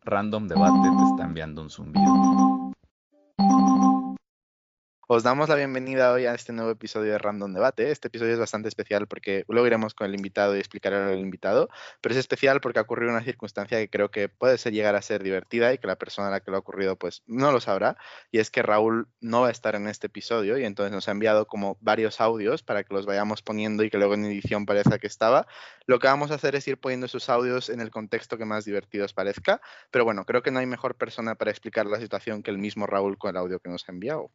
Random Debate te está enviando un zumbido. Os damos la bienvenida hoy a este nuevo episodio de Random Debate. Este episodio es bastante especial porque luego iremos con el invitado y explicaré al invitado, pero es especial porque ha ocurrido una circunstancia que creo que puede llegar a ser divertida y que la persona a la que lo ha ocurrido pues no lo sabrá, y es que Raúl no va a estar en este episodio y entonces nos ha enviado como varios audios para que los vayamos poniendo y que luego en edición parezca que estaba. Lo que vamos a hacer es ir poniendo esos audios en el contexto que más divertido os parezca, pero bueno, creo que no hay mejor persona para explicar la situación que el mismo Raúl con el audio que nos ha enviado.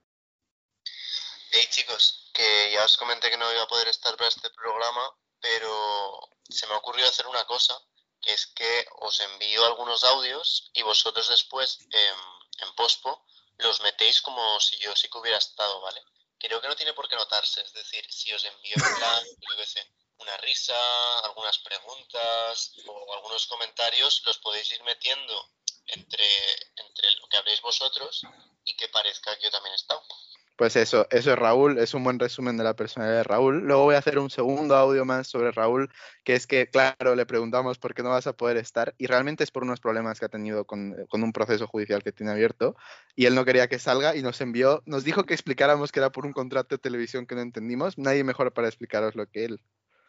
Hey chicos, que ya os comenté que no iba a poder estar para este programa, pero se me ha ocurrido hacer una cosa, que es que os envío algunos audios y vosotros después en pospo los metéis como si yo sí que hubiera estado, ¿vale? Creo que no tiene por qué notarse, es decir, si os envío en plan, yo qué sé, una risa, algunas preguntas o algunos comentarios, los podéis ir metiendo entre lo que habléis vosotros y que parezca que yo también he estado. Pues eso es Raúl, es un buen resumen de la personalidad de Raúl. Luego voy a hacer un segundo audio más sobre Raúl, que es que, claro, le preguntamos por qué no vas a poder estar y realmente es por unos problemas que ha tenido con un proceso judicial que tiene abierto y él no quería que salga y nos dijo que explicáramos que era por un contrato de televisión que no entendimos. Nadie mejor para explicaroslo que él.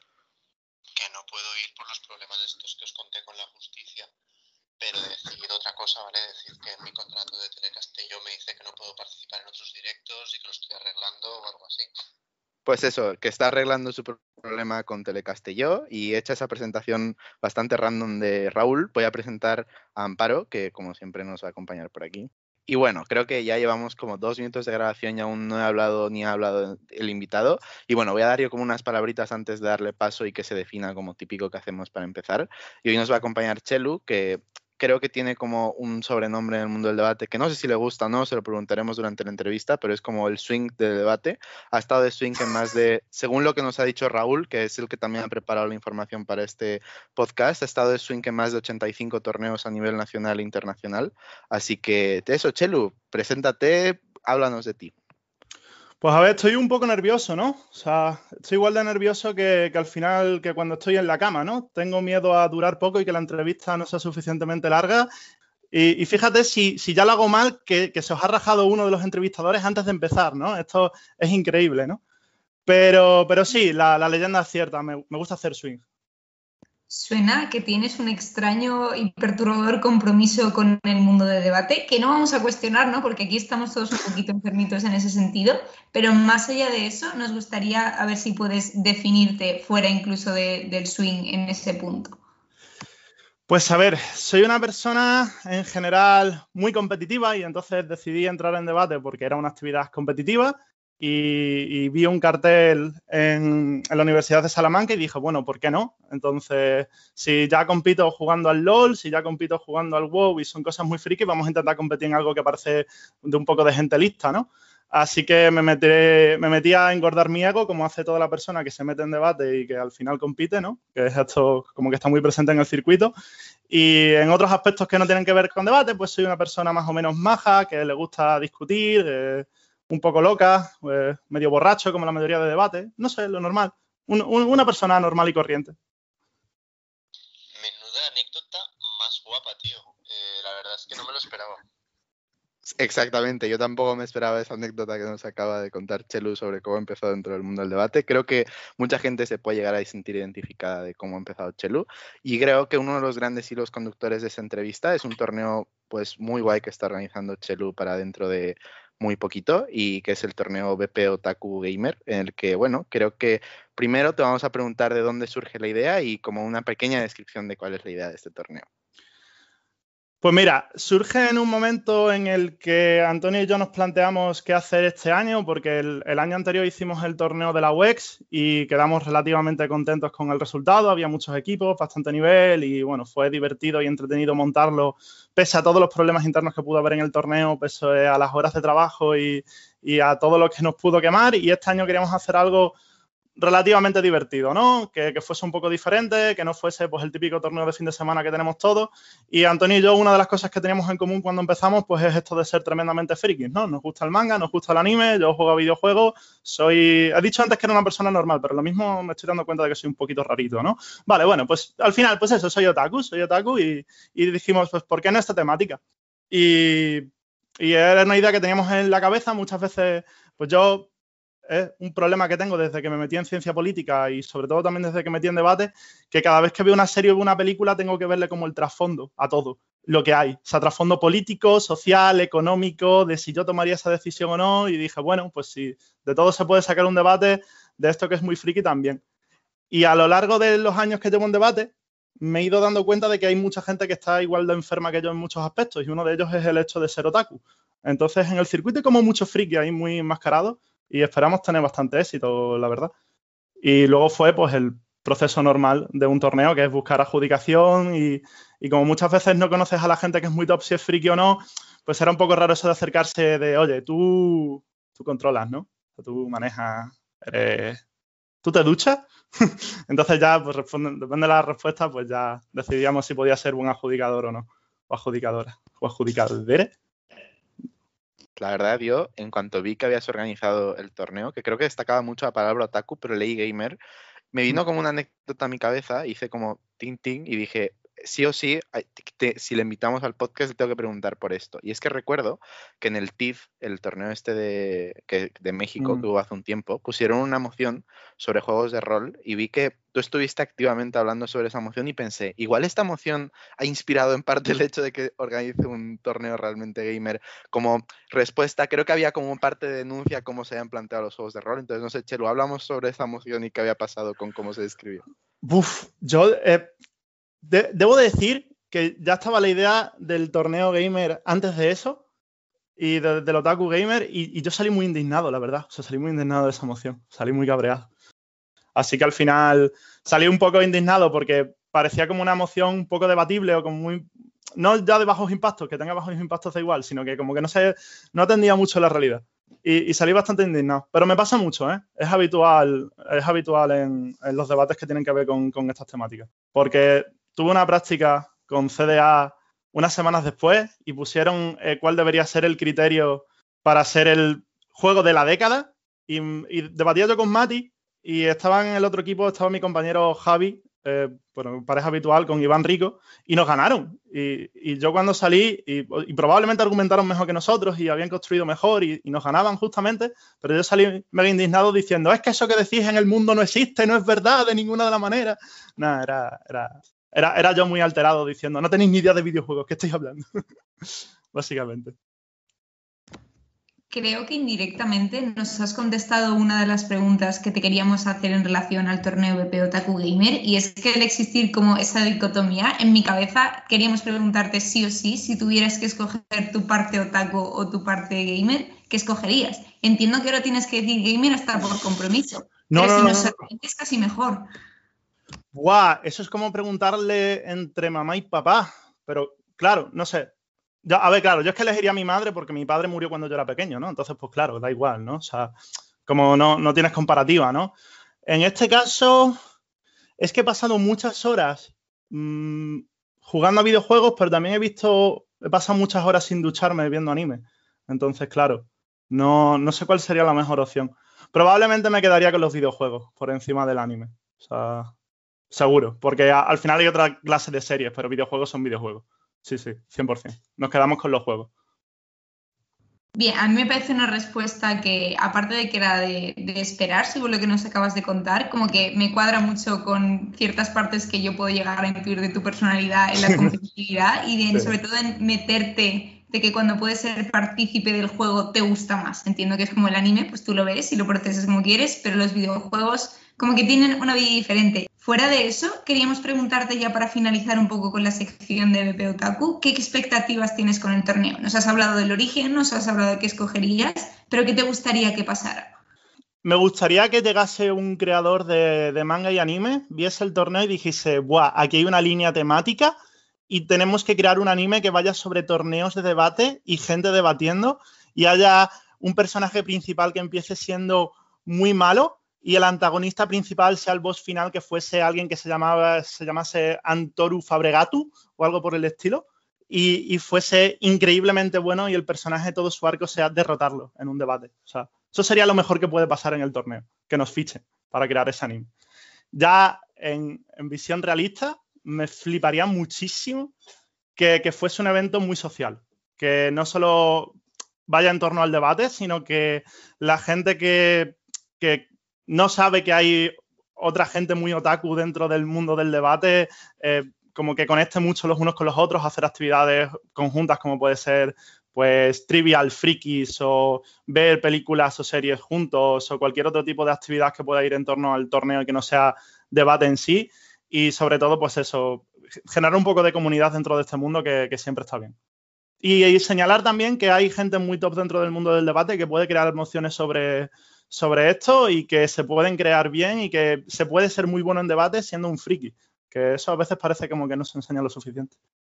Que no puedo ir por los problemas estos que os conté con la justicia, pero decir otra cosa, ¿vale? Decir que en mi contrato de Telecastello me dice que no puedo participar en otros directos y que lo estoy arreglando o algo así. Pues eso, que está arreglando su problema con Telecastelló y hecha esa presentación bastante random de Raúl, voy a presentar a Amparo, que como siempre nos va a acompañar por aquí. Y bueno, creo que ya llevamos como 2 minutos de grabación y aún no he hablado ni ha hablado el invitado. Y bueno, voy a dar yo como unas palabritas antes de darle paso y que se defina como típico que hacemos para empezar. Y hoy nos va a acompañar Chelu, que creo que tiene como un sobrenombre en el mundo del debate, que no sé si le gusta o no, se lo preguntaremos durante la entrevista, pero es como el swing del debate. Ha estado de swing en más de, según lo que nos ha dicho Raúl, que es el que también ha preparado la información para este podcast, ha estado de swing en más de 85 torneos a nivel nacional e internacional. Así que eso, Chelu, preséntate, háblanos de ti. Pues a ver, estoy un poco nervioso, ¿no? O sea, estoy igual de nervioso que al final, que cuando estoy en la cama, ¿no? Tengo miedo a durar poco y que la entrevista no sea suficientemente larga. Y fíjate, si ya lo hago mal, que se os ha rajado uno de los entrevistadores antes de empezar, ¿no? Esto es increíble, ¿no? Pero sí, la leyenda es cierta, me gusta hacer swing. Suena que tienes un extraño y perturbador compromiso con el mundo del debate, que no vamos a cuestionar, ¿no? Porque aquí estamos todos un poquito enfermitos en ese sentido, pero más allá de eso, nos gustaría a ver si puedes definirte fuera incluso del swing en ese punto. Pues a ver, soy una persona en general muy competitiva y entonces decidí entrar en debate porque era una actividad competitiva y vi un cartel en la Universidad de Salamanca y dije, bueno, ¿por qué no? Entonces, si ya compito jugando al LOL, si ya compito jugando al WoW y son cosas muy friki, vamos a intentar competir en algo que parece de un poco de gente lista, ¿no? Así que me metí a engordar mi ego, como hace toda la persona que se mete en debate y que al final compite, ¿no? Que es esto como que está muy presente en el circuito. Y en otros aspectos que no tienen que ver con debate, pues soy una persona más o menos maja, que le gusta discutir, un poco loca, medio borracho, como la mayoría de debates. No sé, lo normal. Una persona normal y corriente. Menuda anécdota más guapa, tío. La verdad es que no me lo esperaba. Exactamente, yo tampoco me esperaba esa anécdota que nos acaba de contar Chelu sobre cómo empezó dentro del mundo del debate. Creo que mucha gente se puede llegar a sentir identificada de cómo ha empezado Chelu y creo que uno de los grandes hilos conductores de esa entrevista es un torneo pues muy guay que está organizando Chelu para dentro de muy poquito y que es el torneo BP Otaku Gamer, en el que, bueno, creo que primero te vamos a preguntar de dónde surge la idea y como una pequeña descripción de cuál es la idea de este torneo. Pues mira, surge en un momento en el que Antonio y yo nos planteamos qué hacer este año, porque el año anterior hicimos el torneo de la UEX y quedamos relativamente contentos con el resultado. Había muchos equipos, bastante nivel y bueno, fue divertido y entretenido montarlo, pese a todos los problemas internos que pudo haber en el torneo, pese a las horas de trabajo y a todo lo que nos pudo quemar. Y este año queríamos hacer algo relativamente divertido, ¿no? Que fuese un poco diferente, que no fuese pues el típico torneo de fin de semana que tenemos todos. Y Antonio y yo, una de las cosas que teníamos en común cuando empezamos, pues es esto de ser tremendamente frikis, ¿no? Nos gusta el manga, nos gusta el anime, yo juego a videojuegos, he dicho antes que era una persona normal, pero lo mismo me estoy dando cuenta de que soy un poquito rarito, ¿no? Vale, bueno, pues al final, pues eso, soy otaku y dijimos, pues, ¿por qué no esta temática? Y era una idea que teníamos en la cabeza, muchas veces, pues yo... Es un problema que tengo desde que me metí en ciencia política y sobre todo también desde que me metí en debate, que cada vez que veo una serie o una película tengo que verle como el trasfondo a todo lo que hay. O sea, trasfondo político, social, económico, de si yo tomaría esa decisión o no. Y dije, bueno, pues si de todo se puede sacar un debate, de esto que es muy friki también. Y a lo largo de los años que llevo en debate, me he ido dando cuenta de que hay mucha gente que está igual de enferma que yo en muchos aspectos y uno de ellos es el hecho de ser otaku. Entonces, en el circuito hay como muchos frikis ahí muy enmascarados y esperamos tener bastante éxito, la verdad. Y luego fue pues el proceso normal de un torneo, que es buscar adjudicación y como muchas veces no conoces a la gente que es muy top, si es friki o no, pues era un poco raro eso de acercarse de, oye, tú controlas, ¿no? Tú manejas, ¿tú te duchas? Entonces ya, pues depende de la respuesta, pues ya decidíamos si podía ser un adjudicador o no, o adjudicadora, o adjudicadere. La verdad, yo, en cuanto vi que habías organizado el torneo, que creo que destacaba mucho la palabra otaku, pero leí gamer, me vino como una anécdota a mi cabeza, hice como ting ting y dije, sí o sí, si le invitamos al podcast le tengo que preguntar por esto. Y es que recuerdo que en el TIFF, el torneo este de México, que hubo hace un tiempo, pusieron una moción sobre juegos de rol y vi que tú estuviste activamente hablando sobre esa moción y pensé, igual esta moción ha inspirado en parte el hecho de que organice un torneo realmente gamer como respuesta. Creo que había como parte de denuncia cómo se habían planteado los juegos de rol. Entonces, no sé, Chelo, hablamos sobre esa moción y qué había pasado con cómo se describió. Yo debo decir que ya estaba la idea del torneo gamer antes de eso y del Otaku Gamer y yo salí muy indignado, la verdad. O sea, salí muy indignado de esa moción. Salí muy cabreado. Así que al final salí un poco indignado porque parecía como una moción un poco debatible o como muy... No ya de bajos impactos, que tenga bajos impactos da igual, sino que como que no atendía mucho la realidad. Y salí bastante indignado. Pero me pasa mucho, ¿eh? Es habitual en los debates que tienen que ver con estas temáticas. Porque tuve una práctica con CDA unas semanas después y pusieron cuál debería ser el criterio para ser el juego de la década. Y debatía yo con Mati y estaba en el otro equipo, estaba mi compañero Javi, pareja habitual con Iván Rico, y nos ganaron. Y yo cuando salí, y probablemente argumentaron mejor que nosotros y habían construido mejor y nos ganaban justamente, pero yo salí mega indignado diciendo, es que eso que decís en el mundo no existe, no es verdad de ninguna de las maneras. Nada, era yo muy alterado diciendo, no tenéis ni idea de videojuegos, ¿qué estáis hablando? Básicamente. Creo que indirectamente nos has contestado una de las preguntas que te queríamos hacer en relación al torneo VP Otaku Gamer, y es que al existir como esa dicotomía, en mi cabeza queríamos preguntarte sí o sí, si tuvieras que escoger tu parte otaku o tu parte gamer, ¿qué escogerías? Entiendo que ahora tienes que decir gamer hasta por compromiso, pero si nos sorprendes es casi mejor. ¡Buah! Eso es como preguntarle entre mamá y papá, pero claro, no sé. A ver, claro, yo es que elegiría a mi madre porque mi padre murió cuando yo era pequeño, ¿no? Entonces, pues claro, da igual, ¿no? O sea, como no tienes comparativa, ¿no? En este caso, es que he pasado muchas horas jugando a videojuegos, pero también he pasado muchas horas sin ducharme viendo anime. Entonces, claro, no sé cuál sería la mejor opción. Probablemente me quedaría con los videojuegos por encima del anime. O sea, seguro, porque al final hay otra clase de series, pero videojuegos son videojuegos. Sí, 100%. Nos quedamos con los juegos. Bien, a mí me parece una respuesta que, aparte de que era de esperar, según lo que nos acabas de contar, como que me cuadra mucho con ciertas partes que yo puedo llegar a intuir de tu personalidad en la competitividad y sobre todo en meterte de que cuando puedes ser partícipe del juego te gusta más. Entiendo que es como el anime, pues tú lo ves y lo procesas como quieres, pero los videojuegos como que tienen una vida diferente. Fuera de eso, queríamos preguntarte ya para finalizar un poco con la sección de VP Otaku, ¿qué expectativas tienes con el torneo? Nos has hablado del origen, nos has hablado de qué escogerías, pero ¿qué te gustaría que pasara? Me gustaría que llegase un creador de manga y anime, viese el torneo y dijese, ¡buah! Aquí hay una línea temática y tenemos que crear un anime que vaya sobre torneos de debate y gente debatiendo y haya un personaje principal que empiece siendo muy malo y el antagonista principal sea el boss final, que fuese alguien que se llamase Antoru Fabregatu o algo por el estilo, y fuese increíblemente bueno y el personaje, todo su arco, sea derrotarlo en un debate. O sea, eso sería lo mejor que puede pasar en el torneo, que nos fichen para crear ese anime. Ya en visión realista, me fliparía muchísimo que fuese un evento muy social, que no solo vaya en torno al debate, sino que la gente que no sabe que hay otra gente muy otaku dentro del mundo del debate, como que conecte mucho los unos con los otros, hacer actividades conjuntas como puede ser pues Trivial Frikis o ver películas o series juntos o cualquier otro tipo de actividad que pueda ir en torno al torneo y que no sea debate en sí. Y sobre todo, pues eso, generar un poco de comunidad dentro de este mundo que siempre está bien. Y señalar también que hay gente muy top dentro del mundo del debate que puede crear emociones sobre esto y que se pueden crear bien y que se puede ser muy bueno en debate siendo un friki. Que eso a veces parece como que no se enseña lo suficiente.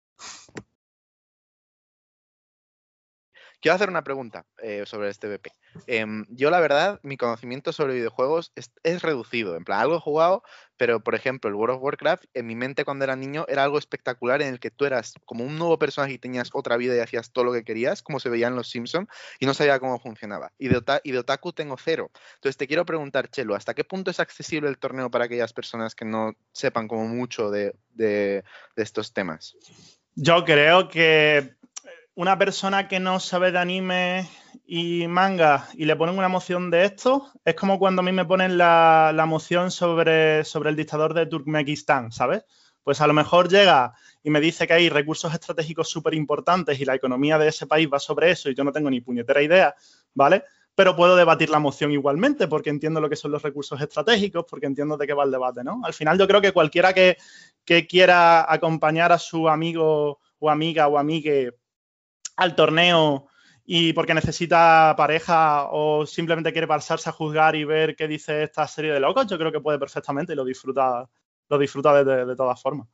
Quiero hacer una pregunta sobre este BP. Yo, la verdad, mi conocimiento sobre videojuegos es reducido. En plan, algo he jugado, pero, por ejemplo, el World of Warcraft, en mi mente cuando era niño, era algo espectacular en el que tú eras como un nuevo personaje y tenías otra vida y hacías todo lo que querías, como se veía en Los Simpsons, y no sabía cómo funcionaba. Y de otaku tengo 0. Entonces, te quiero preguntar, Chelo, ¿hasta qué punto es accesible el torneo para aquellas personas que no sepan como mucho de estos temas? Yo creo que una persona que no sabe de anime y manga y le ponen una moción de esto, es como cuando a mí me ponen la moción sobre el dictador de Turkmenistán, ¿sabes? Pues a lo mejor llega y me dice que hay recursos estratégicos súper importantes y la economía de ese país va sobre eso y yo no tengo ni puñetera idea, ¿vale? Pero puedo debatir la moción igualmente porque entiendo lo que son los recursos estratégicos, porque entiendo de qué va el debate, ¿no? Al final yo creo que cualquiera que quiera acompañar a su amigo o amiga o amigue al torneo y porque necesita pareja o simplemente quiere pasarse a juzgar y ver qué dice esta serie de locos, yo creo que puede perfectamente y lo disfruta de todas formas.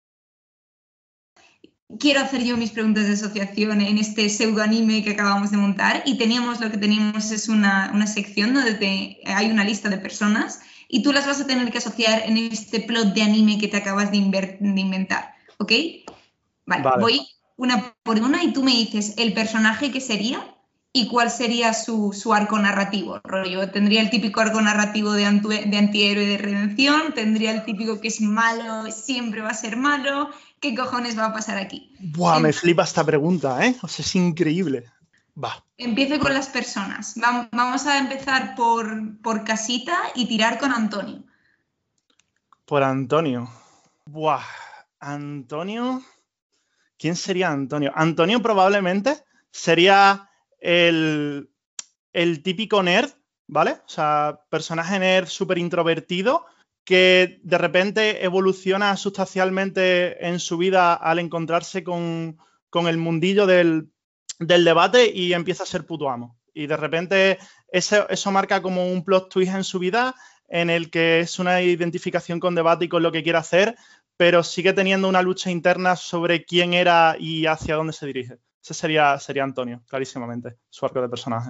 Quiero hacer yo mis preguntas de asociación en este pseudoanime que acabamos de montar y lo que teníamos es una sección donde hay una lista de personas y tú las vas a tener que asociar en este plot de anime que te acabas de inventar, ¿ok? Vale. Voy una por una y tú me dices el personaje que sería y cuál sería su arco narrativo. Rollo, tendría el típico arco narrativo de antihéroe y de redención, tendría el típico que es malo, siempre va a ser malo. ¿Qué cojones va a pasar aquí? Buah, me flipa esta pregunta, ¿eh? O sea, es increíble. Va. Empiezo con las personas. Vamos a empezar por casita y tirar con Antonio. Por Antonio. Buah, Antonio. ¿Quién sería Antonio? Antonio probablemente sería el típico nerd, ¿vale? O sea, personaje nerd súper introvertido que de repente evoluciona sustancialmente en su vida al encontrarse con el mundillo del debate y empieza a ser puto amo. Y de repente eso marca como un plot twist en su vida en el que es una identificación con debate y con lo que quiere hacer, pero sigue teniendo una lucha interna sobre quién era y hacia dónde se dirige. Ese sería Antonio, clarísimamente, su arco de personaje.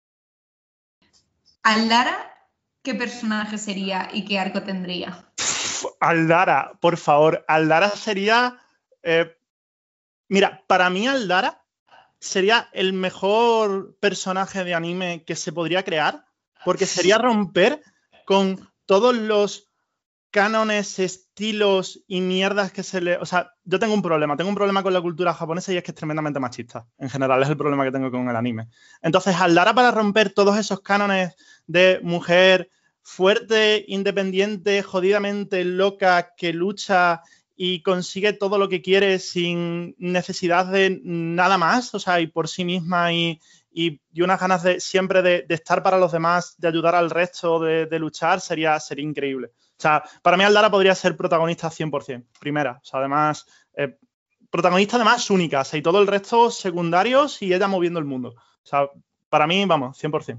Aldara, ¿qué personaje sería y qué arco tendría? Aldara, por favor. Aldara sería... mira, para mí Aldara sería el mejor personaje de anime que se podría crear, porque sería romper con todos los cánones, estilos y mierdas que se le... O sea, yo tengo un problema con la cultura japonesa y es que es tremendamente machista. En general es el problema que tengo con el anime. Entonces, Aldara, para romper todos esos cánones de mujer fuerte, independiente, jodidamente loca, que lucha y consigue todo lo que quiere sin necesidad de nada más, o sea, y por sí misma y unas ganas de siempre de estar para los demás, de ayudar al resto, de luchar, sería increíble. O sea, para mí Aldara podría ser protagonista 100%, primera. O sea, además, protagonista además única, o sea, y todo el resto secundarios y ella moviendo el mundo. O sea, para mí, vamos, 100%.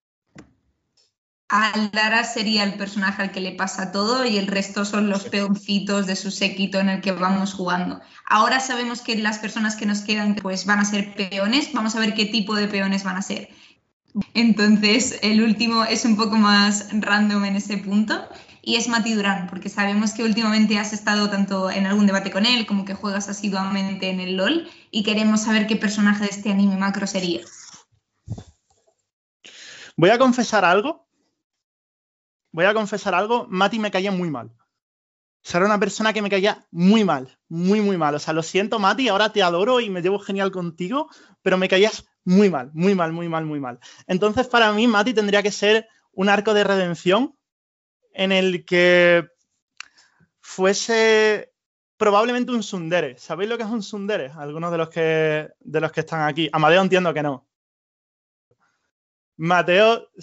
Aldara sería el personaje al que le pasa todo y el resto son los peoncitos de su séquito en el que vamos jugando. Ahora sabemos que las personas que nos quedan pues van a ser peones. Vamos a ver qué tipo de peones van a ser. Entonces, el último es un poco más random en ese punto y es Mati Durán, porque sabemos que últimamente has estado tanto en algún debate con él como que juegas asiduamente en el LoL y queremos saber qué personaje de este anime macro sería. Voy a confesar algo. Mati me caía muy mal. O sea, era una persona que me caía muy mal, muy, muy mal. O sea, lo siento, Mati, ahora te adoro y me llevo genial contigo, pero me caías muy mal, muy mal, muy mal, muy mal. Entonces, para mí, Mati tendría que ser un arco de redención en el que fuese probablemente un tsundere. ¿Sabéis lo que es un tsundere? Algunos de los que están aquí. Amadeo entiendo que no. Mati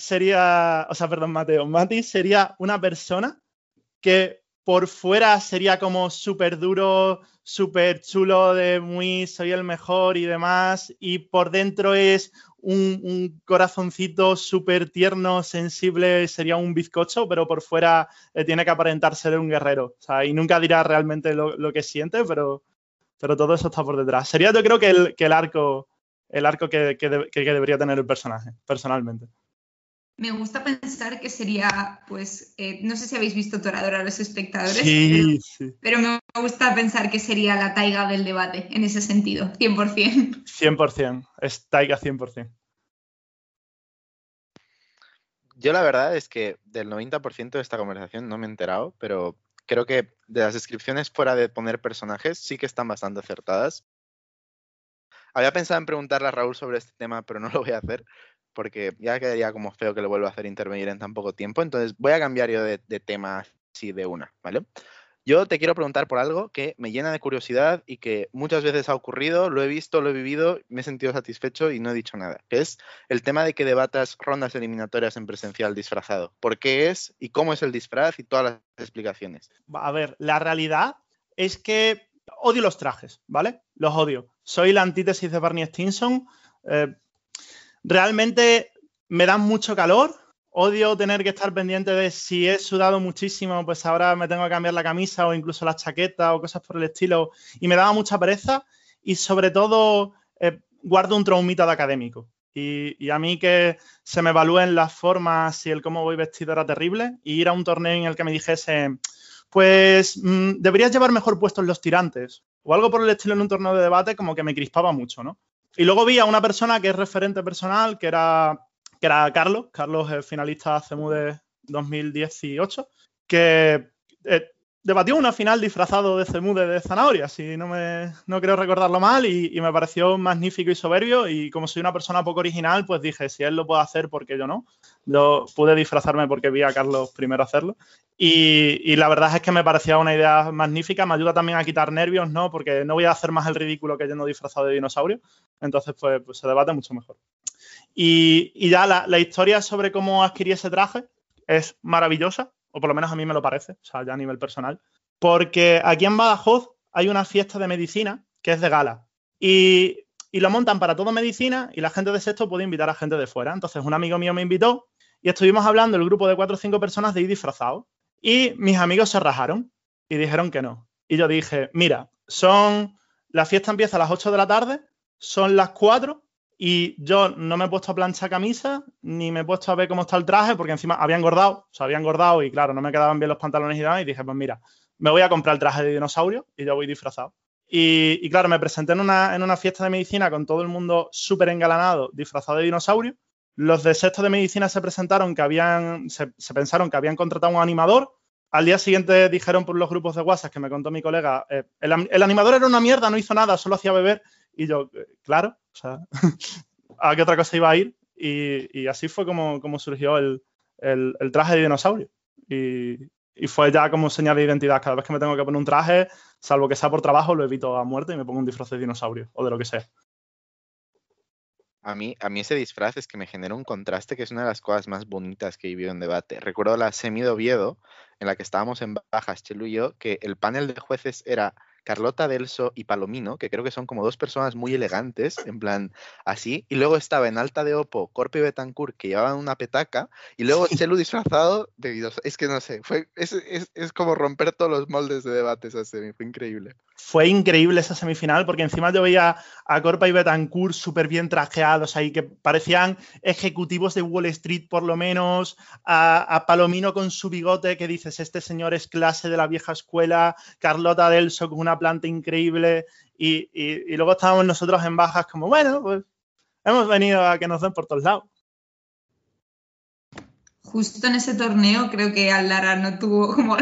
sería una persona que por fuera sería como súper duro, súper chulo, de muy soy el mejor y demás, y por dentro es un corazoncito súper tierno, sensible, sería un bizcocho, pero por fuera tiene que aparentar ser un guerrero. O sea, y nunca dirá realmente lo que siente, pero todo eso está por detrás. Sería, yo creo, que el arco que debería tener el personaje, personalmente. Me gusta pensar que sería, pues, no sé si habéis visto Toradora a los espectadores, Sí. pero me gusta pensar que sería la Taiga del debate, en ese sentido, 100%. 100%, es Taiga 100%. Yo la verdad es que del 90% de esta conversación no me he enterado, pero creo que de las descripciones fuera de poner personajes sí que están bastante acertadas. Había pensado en preguntarle a Raúl sobre este tema, pero no lo voy a hacer porque ya quedaría como feo que le vuelva a hacer intervenir en tan poco tiempo. Entonces voy a cambiar yo de tema así de una, ¿vale? Yo te quiero preguntar por algo que me llena de curiosidad y que muchas veces ha ocurrido, lo he visto, lo he vivido, me he sentido satisfecho y no he dicho nada, que es el tema de que debatas rondas eliminatorias en presencial disfrazado. ¿Por qué es y cómo es el disfraz y todas las explicaciones? A ver, la realidad es que odio los trajes, ¿vale? Los odio. Soy la antítesis de Barney Stinson. Realmente me dan mucho calor. Odio tener que estar pendiente de si he sudado muchísimo, pues ahora me tengo que cambiar la camisa o incluso la chaqueta o cosas por el estilo. Y me daba mucha pereza y sobre todo guardo un traumita de académico. Y a mí que se me evalúen las formas y el cómo voy vestido era terrible. Y ir a un torneo en el que me dijese, pues deberías llevar mejor puestos los tirantes o algo por el estilo en un torneo de debate, como que me crispaba mucho, ¿no? Y luego vi a una persona que es referente personal, que era Carlos. Carlos es finalista CEMUDE 2018, que debatió una final disfrazado de CEMUDE de zanahoria, si no creo recordarlo mal, y me pareció magnífico y soberbio, y como soy una persona poco original, pues dije, si él lo puede hacer, ¿por qué yo no? Yo pude disfrazarme porque vi a Carlos primero hacerlo, y la verdad es que me parecía una idea magnífica, me ayuda también a quitar nervios, ¿no? Porque no voy a hacer más el ridículo que yendo disfrazado de dinosaurio, entonces pues se debate mucho mejor. Y ya la historia sobre cómo adquirí ese traje es maravillosa, o por lo menos a mí me lo parece, o sea, ya a nivel personal, porque aquí en Badajoz hay una fiesta de medicina que es de gala y lo montan para todo medicina y la gente de sexto puede invitar a gente de fuera. Entonces un amigo mío me invitó y estuvimos hablando el grupo de 4 o 5 personas de ir disfrazados y mis amigos se rajaron y dijeron que no. Y yo dije, mira, la fiesta empieza a las 8 de la tarde, son las 4 y yo no me he puesto a planchar camisa ni me he puesto a ver cómo está el traje porque encima había engordado y claro, no me quedaban bien los pantalones y demás y dije, pues mira, me voy a comprar el traje de dinosaurio y yo voy disfrazado. Y claro, me presenté en una fiesta de medicina con todo el mundo súper engalanado, disfrazado de dinosaurio. Los de sexto de medicina se presentaron se pensaron que habían contratado un animador. Al día siguiente dijeron por los grupos de WhatsApp que me contó mi colega, el animador era una mierda, no hizo nada, solo hacía beber. Y yo, claro, o sea, ¿a qué otra cosa iba a ir? Y así fue como surgió el traje de dinosaurio. Y fue ya como señal de identidad. Cada vez que me tengo que poner un traje, salvo que sea por trabajo, lo evito a muerte y me pongo un disfraz de dinosaurio o de lo que sea. A mí ese disfraz es que me genera un contraste que es una de las cosas más bonitas que he vivido en debate. Recuerdo la semi de Oviedo, en la que estábamos en bajas, Chelu y yo, que el panel de jueces era Carlota Delso y Palomino, que creo que son como 2 personas muy elegantes, en plan así, y luego estaba en alta de Opo Corpi y Betancourt, que llevaban una petaca, y luego Chelu disfrazado de dinosaurio. Es que no sé, es como romper todos los moldes de debate esa semi, fue increíble. fue increíble esa semifinal, porque encima yo veía a Corpa y Betancourt súper bien trajeados ahí, que parecían ejecutivos de Wall Street por lo menos, a Palomino con su bigote, que dices, este señor es clase de la vieja escuela, Carlota Delso con una planta increíble, y luego estábamos nosotros en bajas como, bueno, pues hemos venido a que nos den por todos lados. Justo en ese torneo creo que Allara no tuvo como...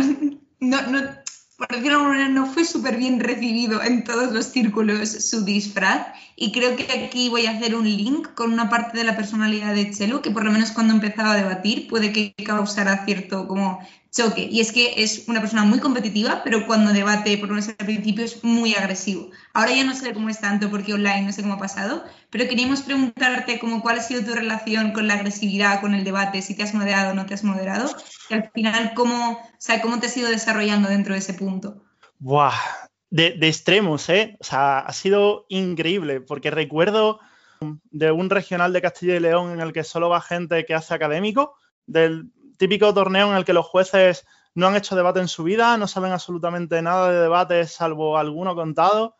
por decirlo de alguna manera, no fue súper bien recibido en todos los círculos su disfraz. Y creo que aquí voy a hacer un link con una parte de la personalidad de Chelo, que por lo menos cuando empezaba a debatir puede que causara cierto como choque. Y es que es una persona muy competitiva, pero cuando debate, por lo menos al principio, es muy agresivo. Ahora ya no sé cómo es tanto, porque online no sé cómo ha pasado, pero queríamos preguntarte como cuál ha sido tu relación con la agresividad, con el debate, si te has moderado o no te has moderado, y al final cómo te has ido desarrollando dentro de ese punto. Buah, de extremos, ¿eh? O sea, ha sido increíble, porque recuerdo de un regional de Castilla y León en el que solo va gente que hace académico, del típico torneo en el que los jueces no han hecho debate en su vida, no saben absolutamente nada de debate, salvo alguno contado,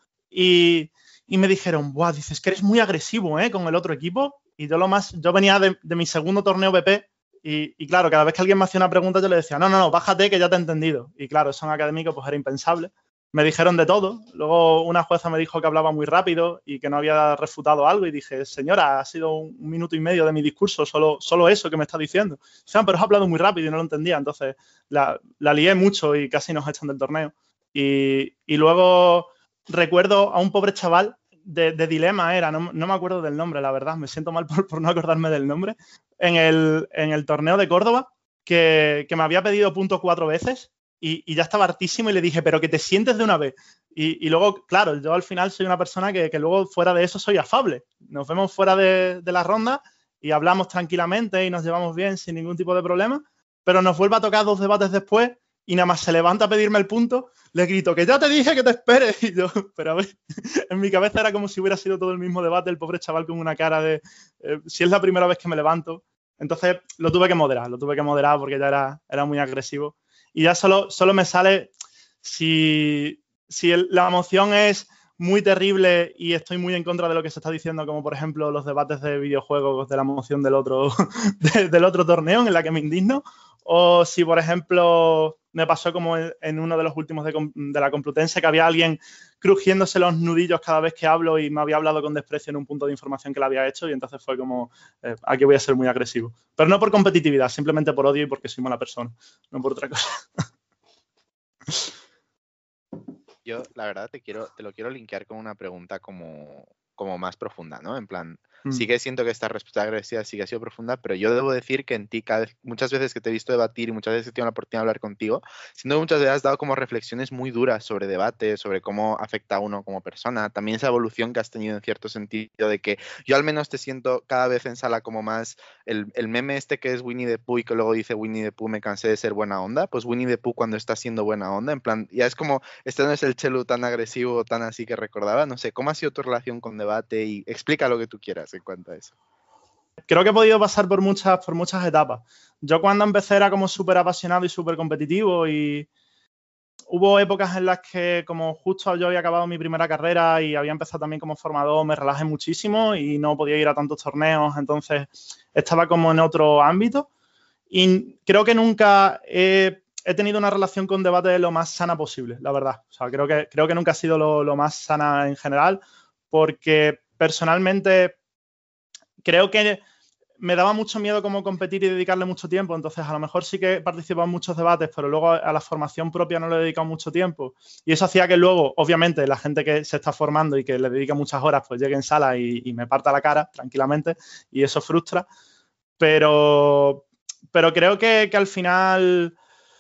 y me dijeron, buah, dices que eres muy agresivo, con el otro equipo, y yo venía de mi segundo torneo BP, y claro, cada vez que alguien me hacía una pregunta yo le decía, no, bájate que ya te he entendido, y claro, eso en académico pues era impensable. Me dijeron de todo. Luego una jueza me dijo que hablaba muy rápido y que no había refutado algo. Y dije, señora, ha sido 1 minuto y medio de mi discurso, solo eso que me está diciendo. Dicen, pero has hablado muy rápido y no lo entendía. Entonces la lié mucho y casi nos echan del torneo. Y luego recuerdo a un pobre chaval de Dilema, no me acuerdo del nombre, la verdad. Me siento mal por no acordarme del nombre. En el torneo de Córdoba, que me había pedido punto 4 veces. Y ya estaba hartísimo y le dije, pero que te sientes de una vez. Y luego, claro, yo al final soy una persona que luego fuera de eso soy afable. Nos vemos fuera de la ronda y hablamos tranquilamente y nos llevamos bien sin ningún tipo de problema, pero nos vuelve a tocar 2 debates después y nada más se levanta a pedirme el punto, le grito, que ya te dije que te esperes. Y yo, pero a ver, en mi cabeza era como si hubiera sido todo el mismo debate, el pobre chaval con una cara de, si es la primera vez que me levanto. Entonces lo tuve que moderar porque ya era muy agresivo. Y ya solo me sale si la emoción es muy terrible y estoy muy en contra de lo que se está diciendo, como por ejemplo los debates de videojuegos de la emoción del otro torneo en la que me indigno, o si por ejemplo me pasó como en uno de los últimos de la Complutense, que había alguien crujiéndose los nudillos cada vez que hablo y me había hablado con desprecio en un punto de información que le había hecho, y entonces fue como, aquí voy a ser muy agresivo. Pero no por competitividad, simplemente por odio y porque soy mala persona, no por otra cosa. Yo, la verdad, te lo quiero linkear con una pregunta como más profunda, ¿no? En plan, sí que siento que esta respuesta agresiva sí que ha sido profunda, pero yo debo decir que en ti muchas veces que te he visto debatir y muchas veces que he tenido la oportunidad de hablar contigo, siento que muchas veces has dado como reflexiones muy duras sobre debate, sobre cómo afecta a uno como persona, también esa evolución que has tenido en cierto sentido de que yo al menos te siento cada vez en sala como más el meme este que es Winnie the Pooh y que luego dice Winnie the Pooh me cansé de ser buena onda, pues Winnie the Pooh cuando está siendo buena onda, en plan, ya es como, este no es el Chelo tan agresivo, tan así que recordaba, no sé, ¿cómo ha sido tu relación con debate? Y explica lo que tú quieras en cuanto a eso. Creo que he podido pasar por muchas etapas. Yo cuando empecé era como súper apasionado y súper competitivo, y hubo épocas en las que como justo yo había acabado mi primera carrera y había empezado también como formador, me relajé muchísimo y no podía ir a tantos torneos, entonces estaba como en otro ámbito. Y creo que nunca he tenido una relación con debate lo más sana posible, la verdad. O sea, creo que nunca ha sido lo más sana en general, porque personalmente creo que me daba mucho miedo como competir y dedicarle mucho tiempo, entonces a lo mejor sí que he participado en muchos debates, pero luego a la formación propia no le he dedicado mucho tiempo, y eso hacía que luego, obviamente, la gente que se está formando y que le dedica muchas horas, pues llegue en sala y me parta la cara tranquilamente, y eso frustra, pero creo que al final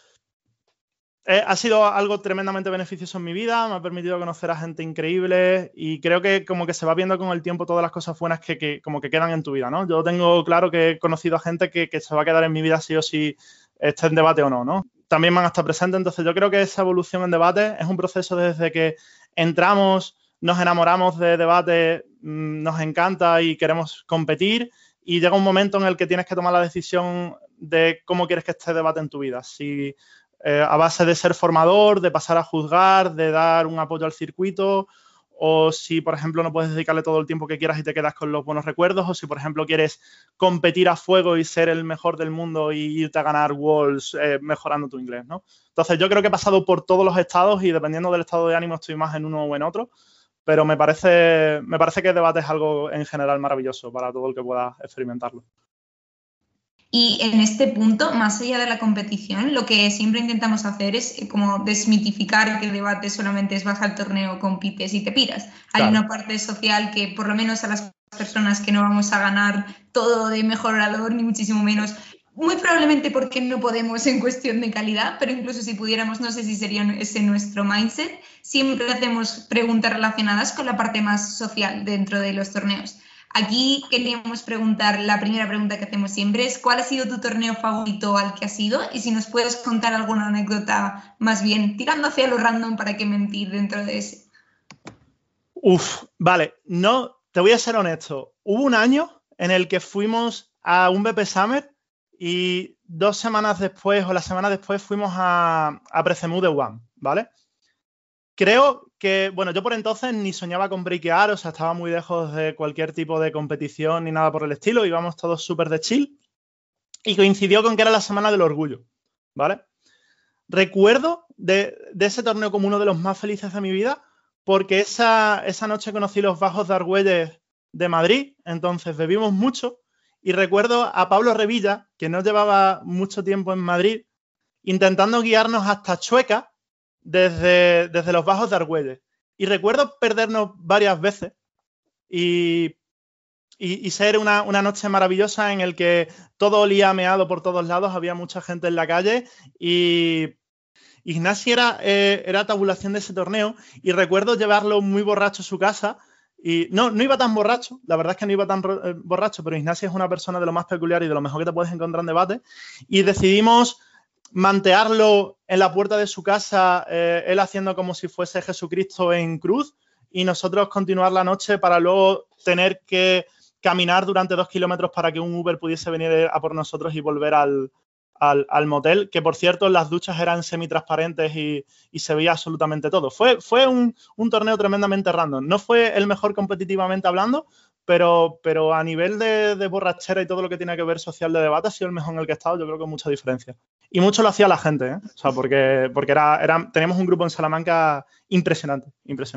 ha sido algo tremendamente beneficioso en mi vida, me ha permitido conocer a gente increíble y creo que como que se va viendo con el tiempo todas las cosas buenas que como que quedan en tu vida, ¿no? Yo tengo claro que he conocido a gente que se va a quedar en mi vida sí o sí esté en debate o no, ¿no? También me han estado presentes, entonces yo creo que esa evolución en debate es un proceso desde que entramos, nos enamoramos de debate, nos encanta y queremos competir, y llega un momento en el que tienes que tomar la decisión de cómo quieres que esté el debate en tu vida. Si a base de ser formador, de pasar a juzgar, de dar un apoyo al circuito, o si, por ejemplo, no puedes dedicarle todo el tiempo que quieras y te quedas con los buenos recuerdos, o si, por ejemplo, quieres competir a fuego y ser el mejor del mundo y irte a ganar Worlds mejorando tu inglés, ¿no? Entonces, yo creo que he pasado por todos los estados y dependiendo del estado de ánimo estoy más en uno o en otro, pero me parece que el debate es algo en general maravilloso para todo el que pueda experimentarlo. Y en este punto, más allá de la competición, lo que siempre intentamos hacer es como desmitificar que el debate solamente es vas al torneo, compites y te piras. Hay Claro. una parte social que, por lo menos a las personas que no vamos a ganar todo de mejor orador, ni muchísimo menos, muy probablemente porque no podemos en cuestión de calidad, pero incluso si pudiéramos, no sé si sería ese nuestro mindset, siempre hacemos preguntas relacionadas con la parte más social dentro de los torneos. Aquí queríamos preguntar, la primera pregunta que hacemos siempre es ¿cuál ha sido tu torneo favorito al que has ido? Y si nos puedes contar alguna anécdota más bien tirando hacia lo random para qué mentir dentro de ese. Vale, no, te voy a ser honesto. Hubo un año en el que fuimos a un BP Summer y 2 semanas después o la semana después fuimos a Precemu de One, ¿vale? Creo que, bueno, yo por entonces ni soñaba con breakear, o sea, estaba muy lejos de cualquier tipo de competición ni nada por el estilo, íbamos todos súper de chill y coincidió con que era la semana del orgullo, ¿vale? Recuerdo de ese torneo como uno de los más felices de mi vida porque esa noche conocí los bajos de Argüelles de Madrid, entonces bebimos mucho y recuerdo a Pablo Revilla, que no llevaba mucho tiempo en Madrid, intentando guiarnos hasta Chueca, desde los bajos de Argüelles. Y recuerdo perdernos varias veces y ser una noche maravillosa en el que todo olía a meado por todos lados, había mucha gente en la calle y Ignasi era tabulación de ese torneo y recuerdo llevarlo muy borracho a su casa y no iba tan borracho, la verdad es que no iba tan borracho, pero Ignasi es una persona de lo más peculiar y de lo mejor que te puedes encontrar en debate y decidimos mantearlo en la puerta de su casa, él haciendo como si fuese Jesucristo en cruz y nosotros continuar la noche para luego tener que caminar durante 2 kilómetros para que un Uber pudiese venir a por nosotros y volver al motel, que por cierto las duchas eran semitransparentes y se veía absolutamente todo. Fue un torneo tremendamente random. No fue el mejor competitivamente hablando, pero a nivel de borrachera y todo lo que tiene que ver social de debate ha sido el mejor en el que he estado, yo creo que mucha diferencia. Y mucho lo hacía la gente, ¿eh? O sea, porque teníamos un grupo en Salamanca impresionante.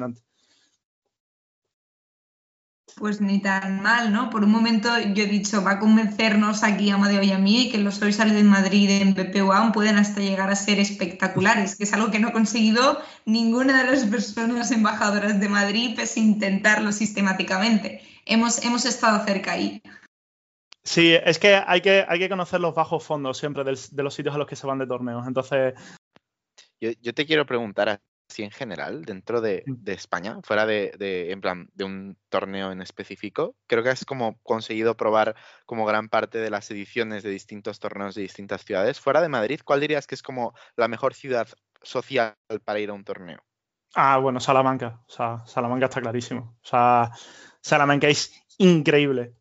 Pues ni tan mal, ¿no? Por un momento yo he dicho, va a convencernos aquí a Amadeo y a mí que los Soisales de Madrid en BP One pueden hasta llegar a ser espectaculares, que es algo que no ha conseguido ninguna de las personas embajadoras de Madrid, pese a intentarlo sistemáticamente. Hemos estado cerca ahí. Sí, es que hay que conocer los bajos fondos siempre de los sitios a los que se van de torneos. Entonces, Yo te quiero preguntar así en general, dentro de España, fuera en plan, de un torneo en específico, creo que has como conseguido probar como gran parte de las ediciones de distintos torneos de distintas ciudades. Fuera de Madrid, ¿cuál dirías que es como la mejor ciudad social para ir a un torneo? Bueno, Salamanca. O sea, Salamanca está clarísimo. O sea, Salamanca es increíble.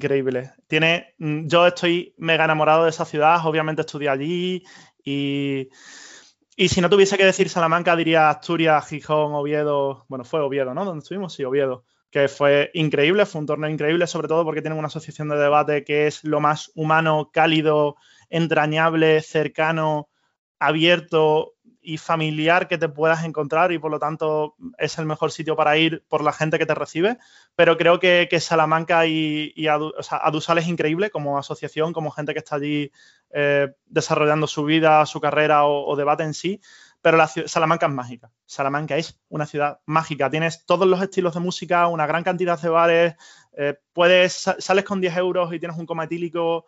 Yo estoy mega enamorado de esa ciudad, obviamente estudié allí y si no tuviese que decir Salamanca diría Asturias, Gijón, Oviedo. Bueno, fue Oviedo, ¿no? ¿Dónde estuvimos? Sí, Oviedo. Que fue increíble, fue un torneo increíble, sobre todo porque tienen una asociación de debate que es lo más humano, cálido, entrañable, cercano, abierto y familiar que te puedas encontrar y por lo tanto es el mejor sitio para ir por la gente que te recibe, pero creo que Salamanca o sea, Adusal es increíble como asociación, como gente que está allí desarrollando su vida, su carrera o debate en sí, pero Salamanca es mágica. Salamanca es una ciudad mágica. Tienes todos los estilos de música, una gran cantidad de bares, sales con 10 euros y tienes un coma etílico.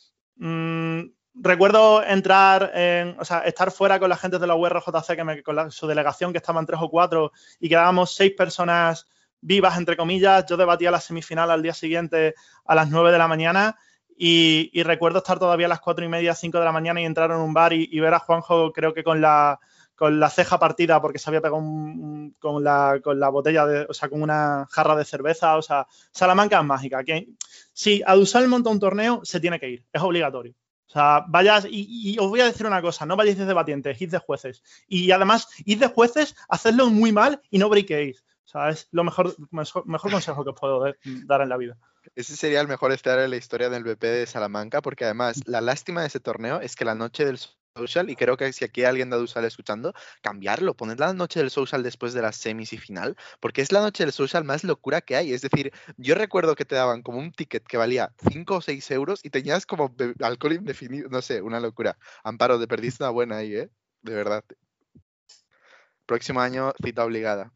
Recuerdo estar fuera con la gente de la URJC, con su delegación, que estaban 3 o 4 y quedábamos 6 personas vivas, entre comillas. Yo debatía la semifinal al día siguiente a las 9 de la mañana y recuerdo estar todavía a las 4:30, 5 de la mañana y entrar en un bar y ver a Juanjo, creo que con la ceja partida porque se había pegado con la botella, o sea, con una jarra de cerveza. O sea, Salamanca es mágica. Si Adusal monta un torneo, se tiene que ir, es obligatorio. O sea, vayas, y os voy a decir una cosa, no vayáis de debatientes, id de jueces. Y además, id de jueces, hacedlo muy mal y no breakéis. O sea, es lo mejor consejo que os puedo dar en la vida. Ese sería el mejor escenario en la historia del BP de Salamanca, porque además la lástima de ese torneo es que la noche del social, y creo que si aquí hay alguien de Adusal escuchando, cambiarlo, poned la noche del social después de las semis y final, porque es la noche del social más locura que hay. Es decir, yo recuerdo que te daban como un ticket que valía 5 o 6 euros y tenías como alcohol indefinido, no sé, una locura. Amparo, te perdiste una buena ahí, ¿eh? De verdad. Próximo año, cita obligada.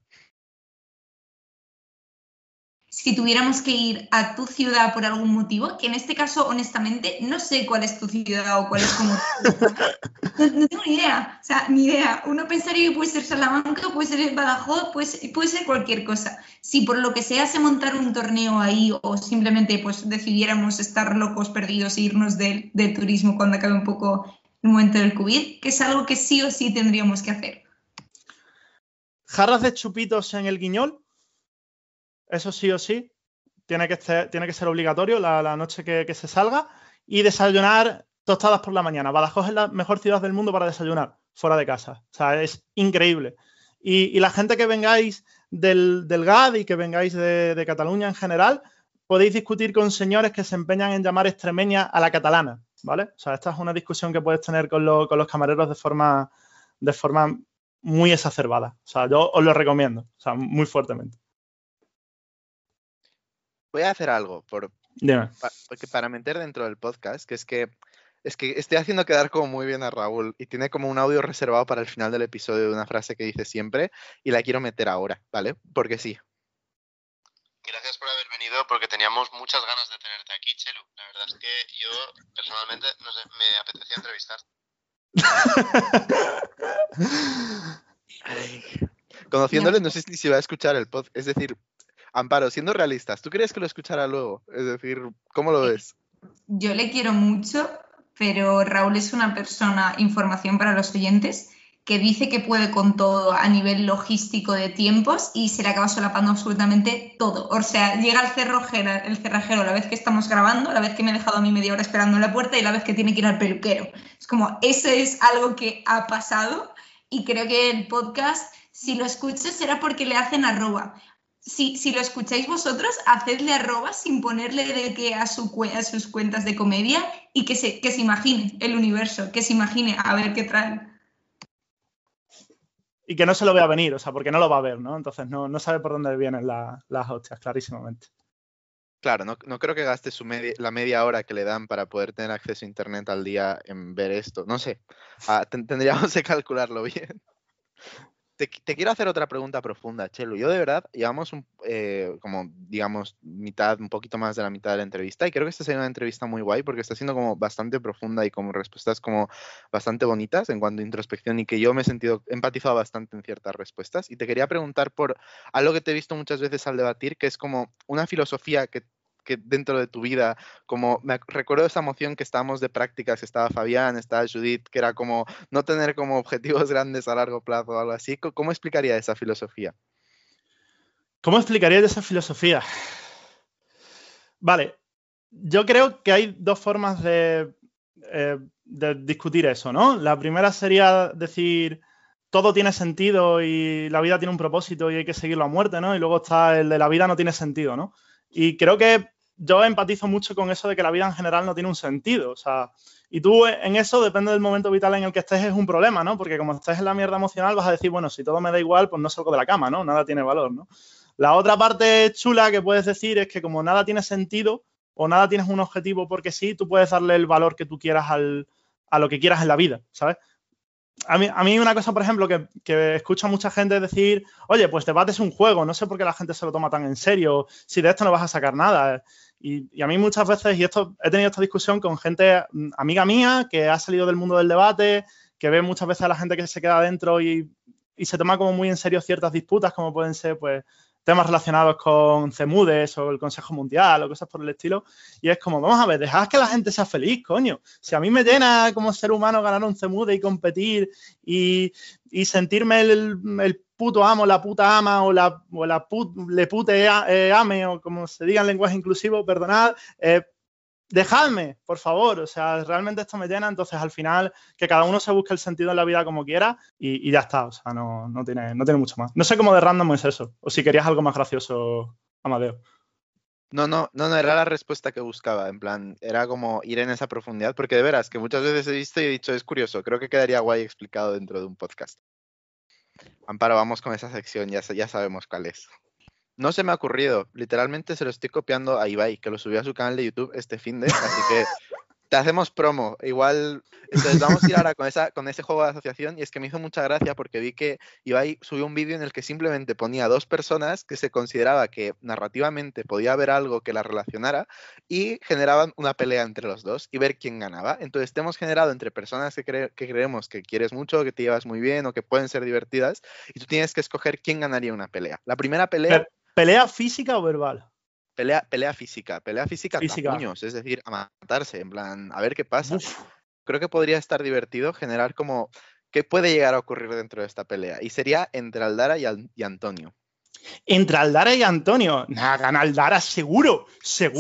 Si tuviéramos que ir a tu ciudad por algún motivo, que en este caso, honestamente, no sé cuál es tu ciudad o cuál es como... No tengo ni idea, o sea, ni idea. Uno pensaría que puede ser Salamanca, puede ser Badajoz, puede ser cualquier cosa. Si por lo que sea se montar un torneo ahí o simplemente pues decidiéramos estar locos, perdidos e irnos del turismo cuando acabe un poco el momento del COVID, que es algo que sí o sí tendríamos que hacer. Jarras de chupitos en el Guiñol. Eso sí o sí, tiene que ser obligatorio la noche que se salga. Y desayunar tostadas por la mañana. Badajoz es la mejor ciudad del mundo para desayunar fuera de casa. O sea, es increíble. Y la gente que vengáis del GAD y que vengáis de Cataluña en general, podéis discutir con señores que se empeñan en llamar extremeña a la catalana, ¿vale? O sea, esta es una discusión que puedes tener con los camareros de forma muy exacerbada. O sea, yo os lo recomiendo, o sea, muy fuertemente. Voy a hacer algo porque para meter dentro del podcast, que es que estoy haciendo quedar como muy bien a Raúl y tiene como un audio reservado para el final del episodio de una frase que dice siempre y la quiero meter ahora, ¿vale? Porque sí. Gracias por haber venido porque teníamos muchas ganas de tenerte aquí, Chelu. La verdad es que yo personalmente, no sé, me apetecía entrevistarte. Conociéndole, no sé si va a escuchar el podcast. Es decir, Amparo, siendo realistas, ¿tú crees que lo escuchará luego? Es decir, ¿cómo lo ves? Yo le quiero mucho, pero Raúl es una persona, información para los oyentes, que dice que puede con todo a nivel logístico de tiempos y se le acaba solapando absolutamente todo. O sea, llega el cerrajero la vez que estamos grabando, la vez que me he dejado a mí media hora esperando en la puerta y la vez que tiene que ir al peluquero. Es como, eso es algo que ha pasado y creo que el podcast, si lo escuchas, será porque le hacen arroba. Si lo escucháis vosotros, hacedle arroba sin ponerle de que a sus cuentas de comedia y que se imagine el universo, que se imagine a ver qué traen. Y que no se lo vea venir, o sea, porque no lo va a ver, ¿no? Entonces no sabe por dónde vienen las hostias, clarísimamente. Claro, no creo que gaste la media hora que le dan para poder tener acceso a internet al día en ver esto. No sé, tendríamos que calcularlo bien. Te quiero hacer otra pregunta profunda, Chelu. Yo de verdad llevamos como, digamos, un poquito más de la mitad de la entrevista y creo que esta sería una entrevista muy guay porque está siendo como bastante profunda y como respuestas como bastante bonitas en cuanto a introspección y que yo me he empatizado bastante en ciertas respuestas. Y te quería preguntar por algo que te he visto muchas veces al debatir, que es como una filosofía que dentro de tu vida, como recuerdo esa moción que estábamos de prácticas, estaba Fabián, estaba Judith, que era como no tener como objetivos grandes a largo plazo o algo así. ¿Cómo explicaría esa filosofía? ¿Cómo explicaría esa filosofía? Vale, yo creo que hay dos formas de discutir eso, ¿no? La primera sería decir todo tiene sentido y la vida tiene un propósito y hay que seguirlo a muerte, ¿no? Y luego está el de la vida no tiene sentido, ¿no? Y creo que yo empatizo mucho con eso de que la vida en general no tiene un sentido, o sea, y tú en eso, depende del momento vital en el que estés, es un problema, ¿no? Porque como estés en la mierda emocional vas a decir, bueno, si todo me da igual, pues no salgo de la cama, ¿no? Nada tiene valor, ¿no? La otra parte chula que puedes decir es que como nada tiene sentido o nada tienes un objetivo porque sí, tú puedes darle el valor que tú quieras a lo que quieras en la vida, ¿sabes? A mí una cosa, por ejemplo, que escucho a mucha gente decir, oye, pues debate es un juego, no sé por qué la gente se lo toma tan en serio, si de esto no vas a sacar nada. Y a mí muchas veces, he tenido esta discusión con gente amiga mía que ha salido del mundo del debate, que ve muchas veces a la gente que se queda adentro y se toma como muy en serio ciertas disputas, como pueden ser, pues, temas relacionados con CEMUDES o el Consejo Mundial o cosas por el estilo. Y es como, vamos a ver, dejad que la gente sea feliz, coño. Si a mí me llena como ser humano ganar un CEMUDE y competir y sentirme el puto amo, la puta ama o le pute ame o como se diga en lenguaje inclusivo, perdonad, dejadme, por favor, o sea, realmente esto me llena, entonces al final que cada uno se busque el sentido en la vida como quiera y ya está, o sea, no tiene mucho más. No sé cómo de random es eso, o si querías algo más gracioso, Amadeo. No, era la respuesta que buscaba, en plan, era como ir en esa profundidad, porque de veras que muchas veces he visto y he dicho, es curioso, creo que quedaría guay explicado dentro de un podcast. Amparo, vamos con esa sección, ya sabemos cuál es. No se me ha ocurrido, literalmente se lo estoy copiando a Ibai, que lo subió a su canal de YouTube este finde, así que te hacemos promo, igual, entonces vamos a ir ahora con ese juego de asociación y es que me hizo mucha gracia porque vi que Ibai subió un vídeo en el que simplemente ponía dos personas que se consideraba que narrativamente podía haber algo que las relacionara y generaban una pelea entre los dos y ver quién ganaba. Entonces te hemos generado entre personas que creemos que quieres mucho, que te llevas muy bien o que pueden ser divertidas y tú tienes que escoger quién ganaría una pelea. La primera pelea... ¿Pelea física o verbal? Pelea física a puños, es decir, a matarse, en plan, a ver qué pasa. Uf. Creo que podría estar divertido generar como qué puede llegar a ocurrir dentro de esta pelea. Y sería entre Aldara y Antonio. Entre Aldara y Antonio. Nada, gana Aldara, seguro.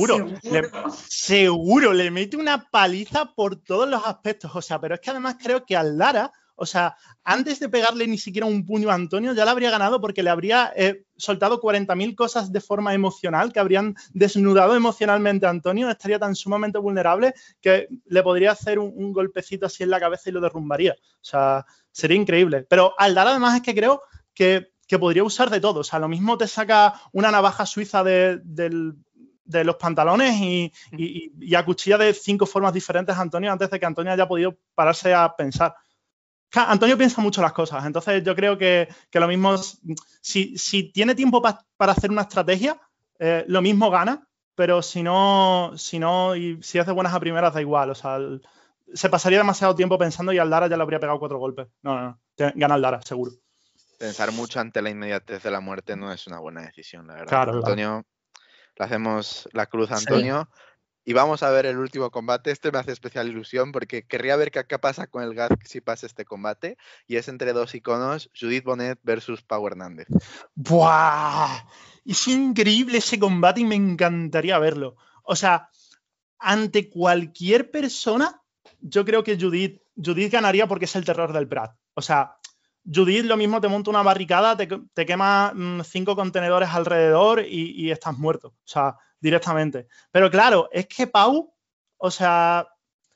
Seguro, le mete una paliza por todos los aspectos. O sea, pero es que además creo que Aldara, o sea, antes de pegarle ni siquiera un puño a Antonio, ya le habría ganado porque le habría soltado 40.000 cosas de forma emocional que habrían desnudado emocionalmente a Antonio. Estaría tan sumamente vulnerable que le podría hacer un golpecito así en la cabeza y lo derrumbaría. O sea, sería increíble. Pero Aldara además es que creo que podría usar de todo. O sea, lo mismo te saca una navaja suiza de los pantalones y acuchilla de 5 formas diferentes a Antonio antes de que Antonio haya podido pararse a pensar. Antonio piensa mucho las cosas, entonces yo creo que lo mismo, si tiene tiempo para hacer una estrategia, lo mismo gana, pero si no, y si es de buenas a primeras, da igual, o sea, se pasaría demasiado tiempo pensando y Aldara ya le habría pegado 4 golpes. No, gana Aldara, seguro. Pensar mucho ante la inmediatez de la muerte no es una buena decisión, la verdad. Claro, Antonio, le hacemos la cruz a Antonio. Sí. Y vamos a ver el último combate. Este me hace especial ilusión porque querría ver qué pasa con el GAD si pasa este combate. Y es entre dos iconos, Judith Bonet versus Pau Hernández. ¡Buah! Es increíble ese combate y me encantaría verlo. O sea, ante cualquier persona, yo creo que Judith ganaría porque es el terror del Prat. O sea, Judith lo mismo te monta una barricada, te quema 5 contenedores alrededor y estás muerto. O sea, directamente. Pero claro, es que Pau, o sea,